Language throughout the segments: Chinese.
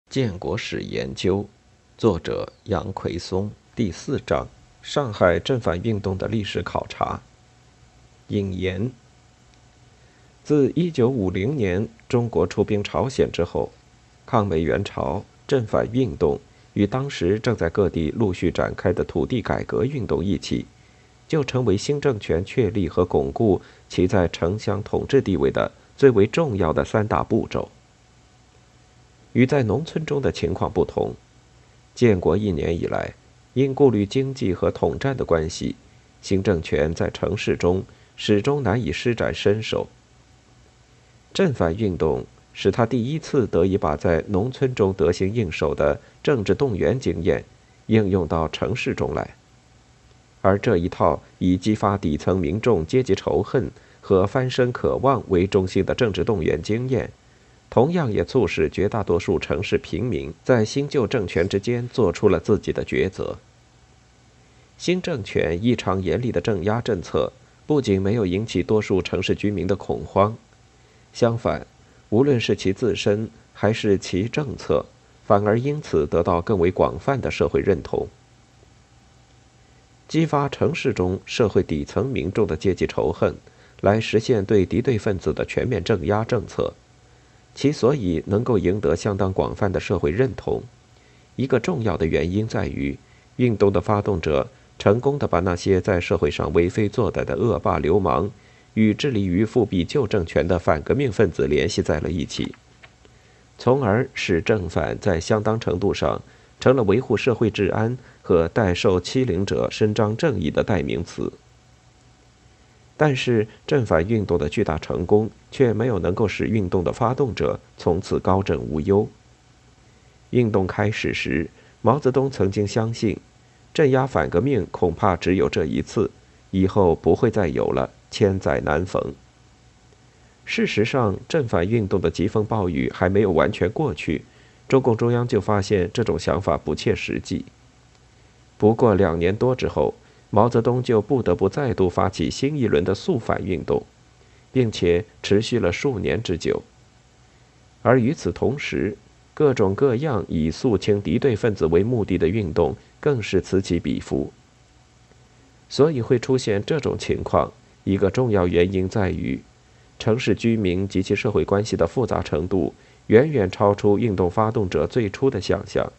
建国史研究，作者杨奎松，第4章：上海正反运动的历史考察。引言：自1950年中国出兵朝鲜之后，抗美援朝、正反运动与当时正在各地陆续展开的土地改革运动一起，就成为新政权确立和巩固其在城乡统治地位的最为重要的3大步骤。与在农村中的情况不同，建国1年以来，因顾虑经济和统战的关系，新政权在城市中始终难以施展身手。正反运动使他第一次得以把在农村中得心应手的政治动员经验应用到城市中来，而这一套以激发底层民众阶级仇恨和翻身渴望为中心的政治动员经验，同样也促使绝大多数城市平民在新旧政权之间做出了自己的抉择。新政权异常严厉的镇压政策不仅没有引起多数城市居民的恐慌，相反，无论是其自身还是其政策，反而因此得到更为广泛的社会认同。激发城市中社会底层民众的阶级仇恨，来实现对敌对分子的全面镇压政策，其所以能够赢得相当广泛的社会认同，一个重要的原因在于，运动的发动者成功地把那些在社会上为非作歹的恶霸流氓与致力于复辟旧政权的反革命分子联系在了一起，从而使正反在相当程度上成了维护社会治安和代受欺凌者伸张正义的代名词。但是，正反运动的巨大成功却没有能够使运动的发动者从此高枕无忧。运动开始时，毛泽东曾经相信，镇压反革命恐怕只有这一次，以后不会再有了，千载难逢。事实上，正反运动的疾风暴雨还没有完全过去，中共中央就发现这种想法不切实际。不过2年多之后，毛泽东就不得不再度发起新一轮的肃反运动，并且持续了数年之久。而与此同时，各种各样以肃清敌对分子为目的的运动更是此起彼伏。所以会出现这种情况，一个重要原因在于，城市居民及其社会关系的复杂程度远远超出运动发动者最初的想象。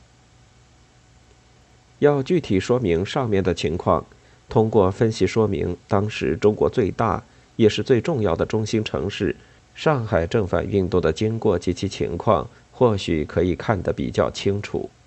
要具体说明上面的情况，通过分析说明当时中国最大也是最重要的中心城市上海正反运动的经过及其情况，或许可以看得比较清楚。